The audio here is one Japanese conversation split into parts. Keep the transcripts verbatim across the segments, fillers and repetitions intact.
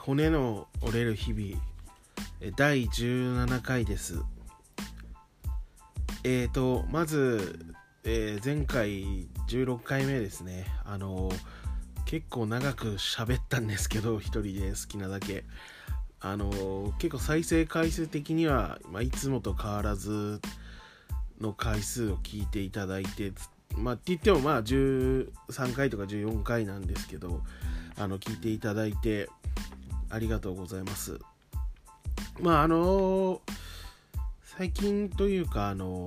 骨の折れる日々だいじゅうななかいです。えーとまず、えー、前回じゅうろっかいめですね。あの結構長く喋ったんですけど、一人で好きなだけあの結構再生回数的には、まあ、いつもと変わらずの回数を聞いていただいて、まあって言ってもまあじゅうさんかいとかじゅうよんかいなんですけど、あの聞いていただいてありがとうございます。まああの最近というかあの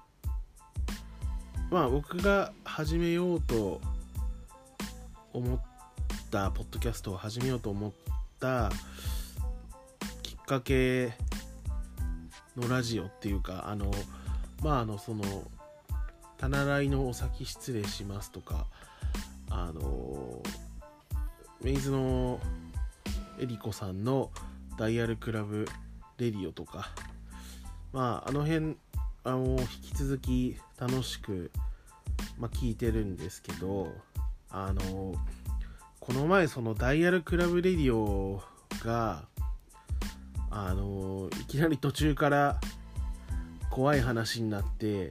まあ僕が始めようと思ったポッドキャストを始めようと思ったきっかけのラジオっていうか、あのまああのそのたならいのお先失礼しますとか、あのメイズのエリコさんのダイヤルクラブレディオとか、まああの辺あの引き続き楽しく、まあ、聞いてるんですけど、あのこの前そのダイヤルクラブレディオがあのいきなり途中から怖い話になって、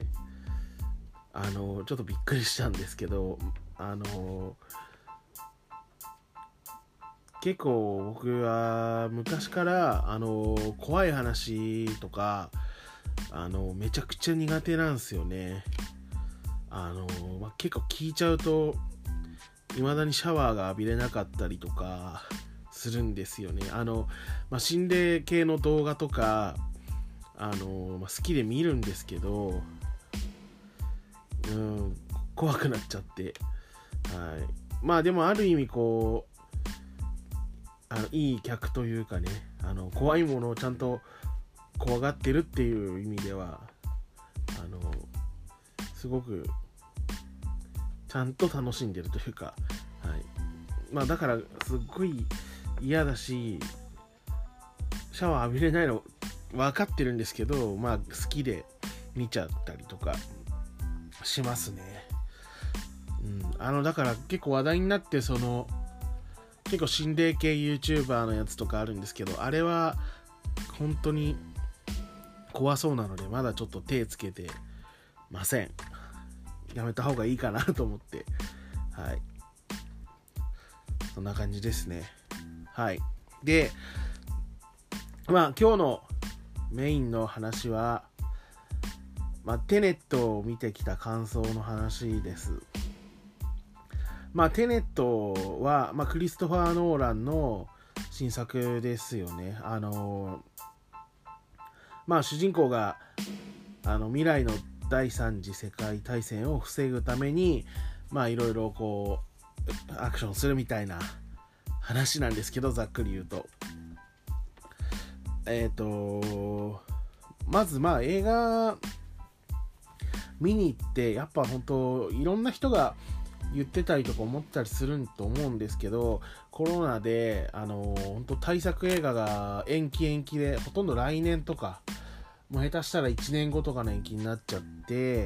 あのちょっとびっくりしたんですけど、あの結構僕は昔からあの怖い話とかあのめちゃくちゃ苦手なんですよね。あの、まあ、結構聞いちゃうと未だにシャワーが浴びれなかったりとかするんですよね。あの、まあ、心霊系の動画とかあの、まあ、好きで見るんですけど、うん、怖くなっちゃって、はい、まあでもある意味こうあのいい客というかね、あの怖いものをちゃんと怖がってるっていう意味ではあのすごくちゃんと楽しんでるというか、はい、まあだからすっごい嫌だし、シャワー浴びれないの分かってるんですけど、まあ好きで見ちゃったりとかしますね。うん、あのだから結構話題になって、その結構心霊系 YouTuber のやつとかあるんですけど、あれは本当に怖そうなのでまだちょっと手つけてません。やめた方がいいかなと思って、はい、そんな感じですね。はい。で、まあ今日のメインの話は、まあ、テネットを見てきた感想の話です。まあテネットは、まあ、クリストファー・ノーランの新作ですよね。あのまあ主人公があの未来の第三次世界大戦を防ぐためにまあいろいろこうアクションするみたいな話なんですけど、ざっくり言うとえっとまずまあ映画見に行って、やっぱ本当いろんな人が言ってたりとか思ったりすると思うんですけど、コロナであの本当大作映画が延期延期で、ほとんど来年とかもう下手したらいちねんごとかの延期になっちゃって、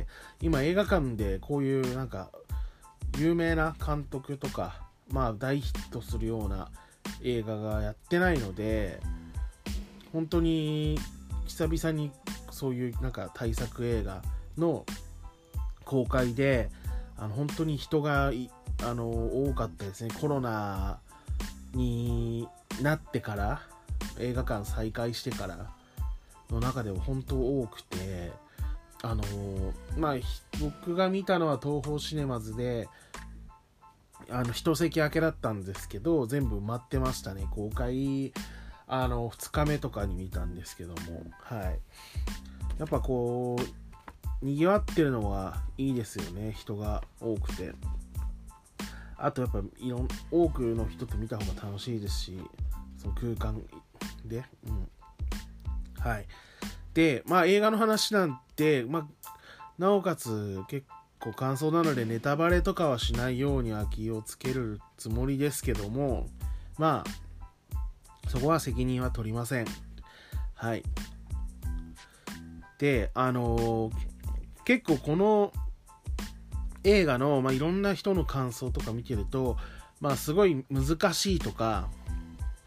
今映画館でこういうなんか有名な監督とかまあ大ヒットするような映画がやってないので、本当に久々にそういうなんか大作映画の公開であの本当に人があの多かったですね。コロナになってから、映画館再開してからの中でも本当多くて、あのまあ僕が見たのは東宝シネマズであの一席空けだったんですけど、全部埋まってましたね。公開あのふつかめとかに見たんですけども、はい、やっぱこう賑わってるのはいいですよね。人が多くて、あとやっぱいろん多くの人と見た方が楽しいですし、その空間で、うん、はい。で、まあ映画の話なんて、まあなおかつ結構感想なのでネタバレとかはしないようには気をつけるつもりですけども、まあそこは責任は取りません。はい。で、あのー、結構この映画の、まあ、いろんな人の感想とか見てると、まあすごい難しいとか、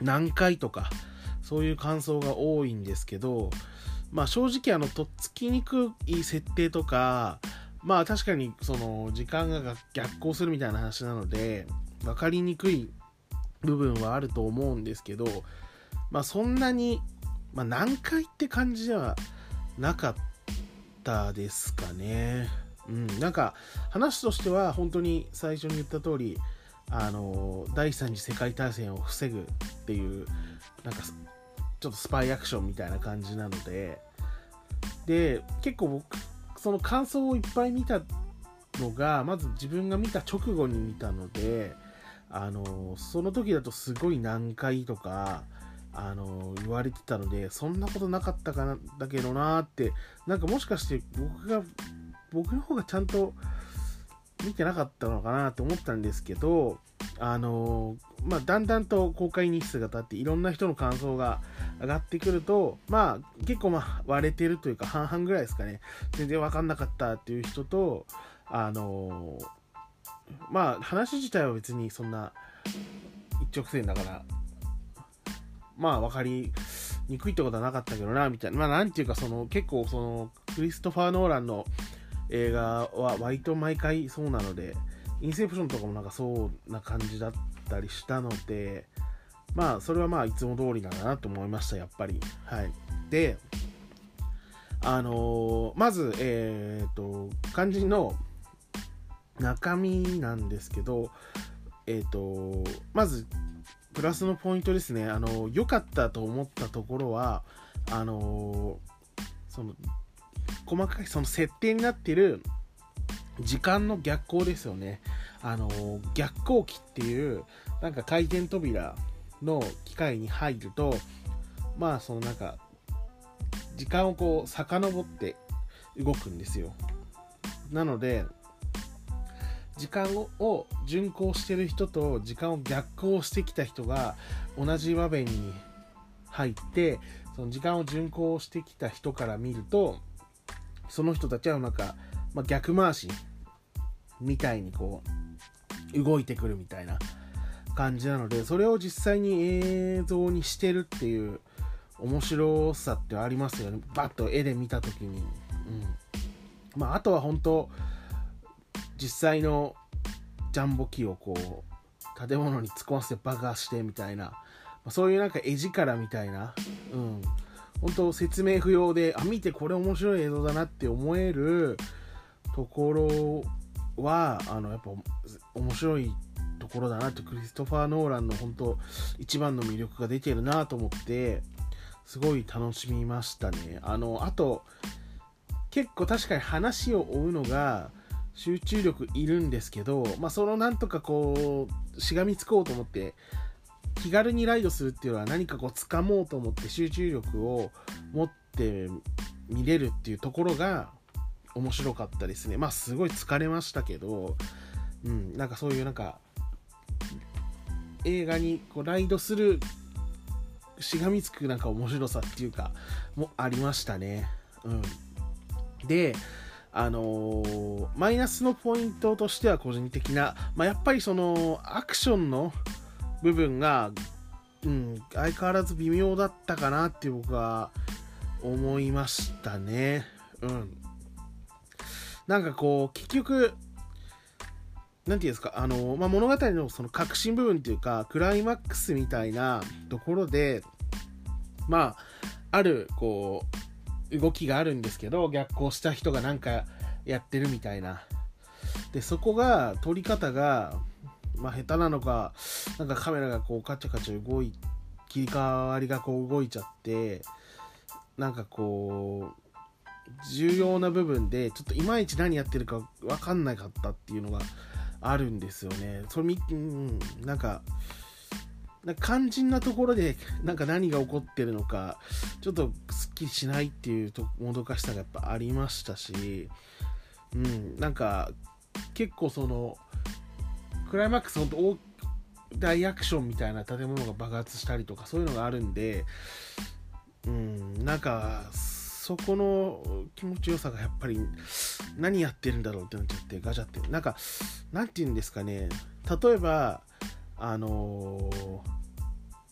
難解とかそういう感想が多いんですけど、まあ正直あのとっつきにくい設定とか、まあ確かにその時間が逆行するみたいな話なので分かりにくい部分はあると思うんですけど、まあそんなに、まあ、難解って感じではなかったですかね。うん、なんか話としては本当に最初に言った通り、あの第三次世界大戦を防ぐっていうなんかちょっとスパイアクションみたいな感じなので、で結構僕その感想をいっぱい見たのがまず自分が見た直後に見たので、あのその時だとすごい難解とかあの言われてたので、そんなことなかったかなだけどなーって、なんかもしかして僕が僕の方がちゃんと見てなかったのかなと思ったんですけど、あのまあだんだんと公開日数が経っていろんな人の感想が上がってくると、まあ結構まあ割れてるというか半々ぐらいですかね。全然分かんなかったっていう人と、あのまあ話自体は別にそんな一直線だからまあ分かりにくいってことはなかったけどなみたいな、まあなんていうかその結構そのクリストファー・ノーランの映画は割と毎回そうなので、インセプションとかもなんかそうな感じだったりしたので、まあそれはまあいつも通りなんだなと思いました、やっぱり。はい。で、あのー、まずえっと肝心の中身なんですけど、えっとまずプラスのポイントですね。あの良かったと思ったところは、あのその細かいその設定になっている時間の逆行ですよね。あの逆行機っていうなんか回転扉の機械に入ると、まあそのなんか時間をこう遡って動くんですよ。なので時間を順行してる人と時間を逆行してきた人が同じ場面に入って、その時間を順行してきた人から見ると、その人たちはなんか、まあ、逆回しみたいにこう動いてくるみたいな感じなので、それを実際に映像にしてるっていう面白さってありますよね。バッと絵で見た時に、うん、まああとは本当実際のジャンボ機をこう建物に突っ込ませて爆破してみたいな、まあ、そういうなんか絵力みたいな、うん、本当説明不要で、あ見てこれ面白い映像だなって思えるところはあのやっぱ面白いところだなって、クリストファー・ノーランの本当一番の魅力が出てるなと思ってすごい楽しみましたね。あのあと結構確かに話を追うのが集中力いるんですけど、まあ、そのなんとかこうしがみつこうと思って気軽にライドするっていうのは、何かこう掴もうと思って集中力を持って見れるっていうところが面白かったですね。まあすごい疲れましたけど、うん、なんかそういうなんか映画にこうライドするしがみつくなんか面白さっていうかもありましたね。うん、であのー、マイナスのポイントとしては個人的な、まあ、やっぱりそのアクションの部分が、うん、相変わらず微妙だったかなって僕は思いましたね。うん、なんかこう結局なんていうんですか、あのーまあ、物語のその核心部分っていうかクライマックスみたいなところで、まああるこう動きがあるんですけど、逆行した人がなんかやってるみたいな。でそこが撮り方が、まあ、下手なのか、なんかカメラがこうカチャカチャ動い切り替わりがこう動いちゃって、なんかこう重要な部分でちょっといまいち何やってるか分かんなかったっていうのがあるんですよね。それみ、うん、なんかなんか肝心なところでなんか何が起こってるのかちょっとすっきりしないっていうともどかしさがやっぱありましたし、うん、なんか結構そのクライマックス本当大アクションみたいな建物が爆発したりとかそういうのがあるんで、うん、なんかそこの気持ちよさがやっぱり何やってるんだろうってなっちゃってガチャってなんかなんて言うんですかね、例えばあの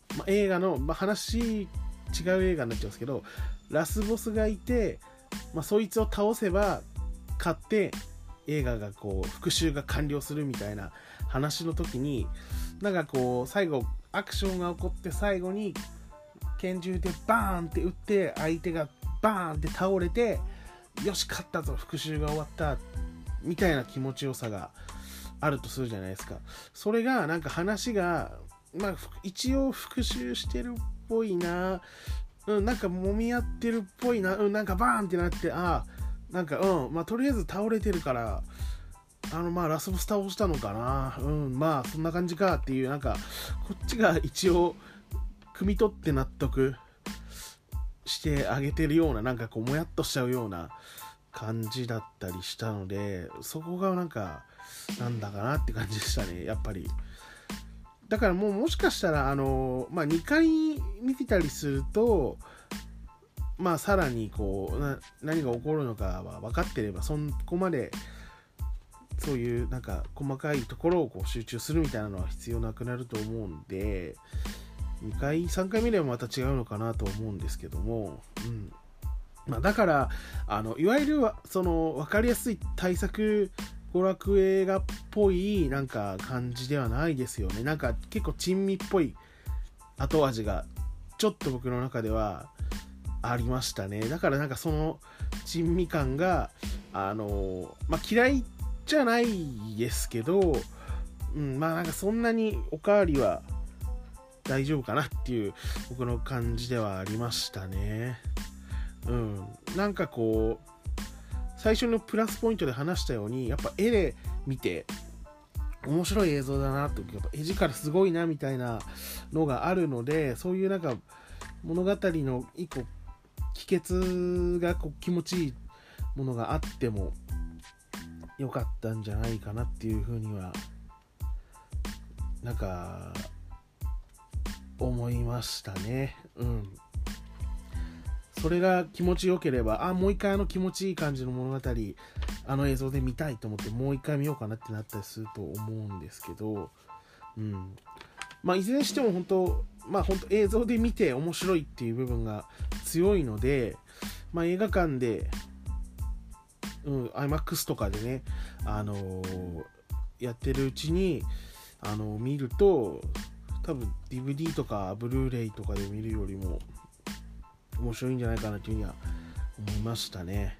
まあ、映画の、まあ、話違う映画になっちゃうんですけど、ラスボスがいて、まあ、そいつを倒せば勝って映画がこう復讐が完了するみたいな話の時に、なんかこう最後アクションが起こって最後に拳銃でバーンって撃って相手がバーンって倒れて、よし勝ったぞ復讐が終わったみたいな気持ちよさがあるとするじゃないですか。それがなんか話がまあ一応復讐してるっぽいな、うん、なんか揉み合ってるっぽいな、うん、なんかバーンってなって、あなんかうんまあとりあえず倒れてるからあのまあラスボス倒したのかな、うんまあそんな感じかっていう、なんかこっちが一応汲み取って納得してあげてるような、なんかこうもやっとしちゃうような感じだったりしたので、そこがなんかなんだかなって感じでしたね、やっぱり。だからもうもしかしたらあのまあにかい見てたりすると、まあさらにこうな何が起こるのかは分かってれば、そこまでそういうなんか細かいところをこう集中するみたいなのは必要なくなると思うんで、にかいさんかいめでもまた違うのかなと思うんですけども、うんまあ、だからあのいわゆるその分かりやすい対策娯楽映画っぽいなんか感じではないですよね。なんか結構珍味っぽい後味がちょっと僕の中ではありましたね。だからなんかその珍味感があのまあ嫌いじゃないですけど、うん、まあなんかそんなにおかわりは大丈夫かなっていう僕の感じではありましたね。うん、なんかこう最初のプラスポイントで話したように、やっぱ絵で見て面白い映像だなと、やっぱ絵力すごいなみたいなのがあるので、そういうなんか物語の一個帰結がこう気持ちいいものがあっても良かったんじゃないかなっていうふうにはなんか思いましたね。うん。それが気持ちよければ、あもう一回あの気持ちいい感じの物語あの映像で見たいと思ってもう一回見ようかなってなったりすると思うんですけど、うんまあいずれにしても本当まあ本当映像で見て面白いっていう部分が強いので、まあ映画館でうん アイマックス とかでねあのー、やってるうちにあのー、見ると多分 ディーブイディー とかブルーレイとかで見るよりも面白いんじゃないかなというふうには思いましたね。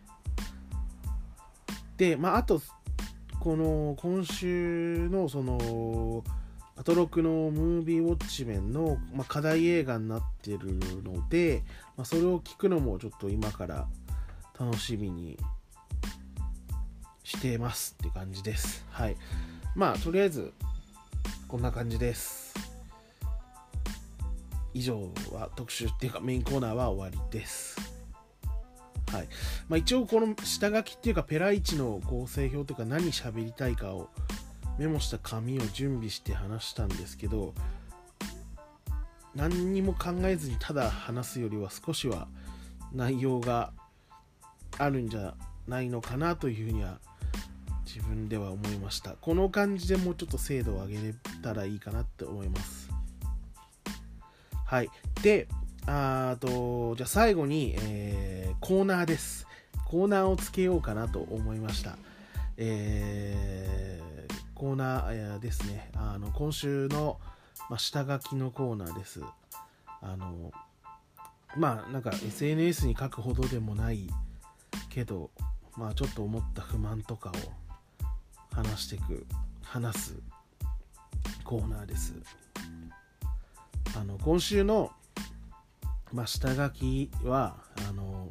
で、まああとこの今週のそのアトロクのムービーウォッチメンの、まあ、課題映画になってるので、まあ、それを聞くのもちょっと今から楽しみにしてますって感じです。はい。まあとりあえずこんな感じです。以上は特集っていうかメインコーナーは終わりです。はい。まあ一応この下書きっていうかペライチの構成表というか何喋りたいかをメモした紙を準備して話したんですけど、何にも考えずにただ話すよりは少しは内容があるんじゃないのかなというふうには自分では思いました。この感じでもうちょっと精度を上げれたらいいかなって思います。はい。で、あとじゃあ最後に、えー、コーナーです。コーナーをつけようかなと思いました。えー、コーナーですね。あの今週の、まあ、下書きのコーナーです。あのまあなんか エスエヌエス に書くほどでもないけど、まあちょっと思った不満とかを話していく話すコーナーです。あの今週の、まあ、下書きはあの、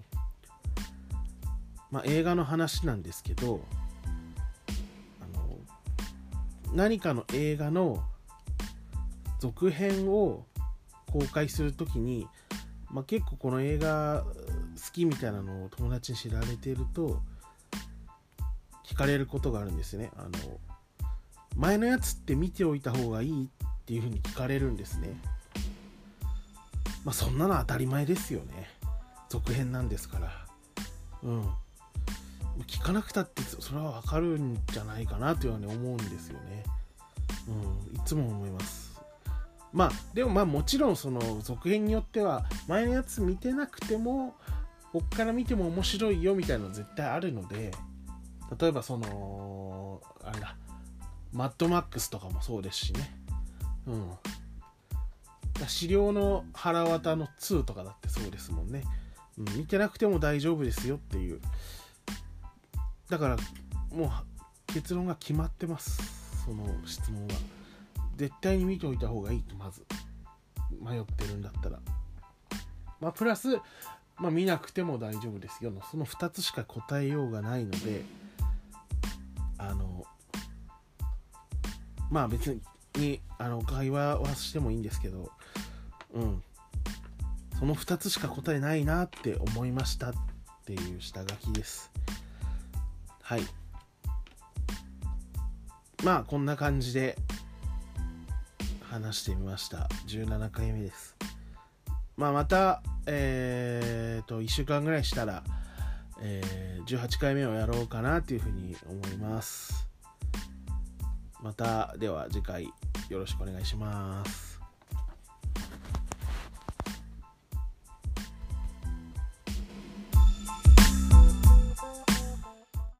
まあ、映画の話なんですけど、あの何かの映画の続編を公開するときに、まあ、結構この映画好きみたいなのを友達に知られていると聞かれることがあるんですね。あの前のやつって見ておいた方がいいっていうふうに聞かれるんですね。まあそんなの当たり前ですよね。続編なんですから。うん。聞かなくたってそれはわかるんじゃないかなというふうに思うんですよね。うん。いつも思います。 まあでもまあもちろんその続編によっては前のやつ見てなくてもこっから見ても面白いよみたいなの絶対あるので、例えばそのあれだマッドマックスとかもそうですしね。うん。資料の腹渡のツーとかだってそうですもんね。うん、見てなくても大丈夫ですよっていう。だからもう結論が決まってます。その質問は。絶対に見ておいた方がいいと、まず迷ってるんだったら。まあプラス、まあ見なくても大丈夫ですよの、そのふたつしか答えようがないので、あの、まあ別にあの会話はしてもいいんですけど、うん。そのふたつしか答えないなって思いましたっていう下書きです。はい。まあこんな感じで話してみました。じゅうななかいめです。まあまた、えーと、いっしゅうかんぐらいしたら、えー、じゅうはちかいめをやろうかなというふうに思います。また、では次回よろしくお願いします。